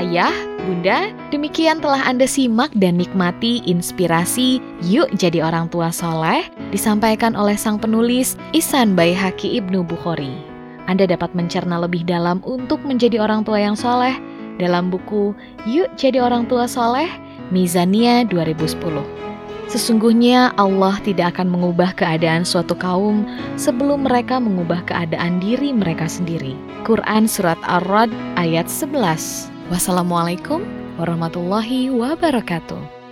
Ayah, Bunda, demikian telah Anda simak dan nikmati inspirasi Yuk Jadi Orang Tua Soleh disampaikan oleh sang penulis Ihsan Baihaqi Ibnu Bukhari. Anda dapat mencerna lebih dalam untuk menjadi orang tua yang soleh dalam buku Yuk Jadi Orang Tua Soleh, Mizaniyah 2010. Sesungguhnya Allah tidak akan mengubah keadaan suatu kaum sebelum mereka mengubah keadaan diri mereka sendiri. Quran Surat Ar-Ra'd ayat 11. Wassalamualaikum warahmatullahi wabarakatuh.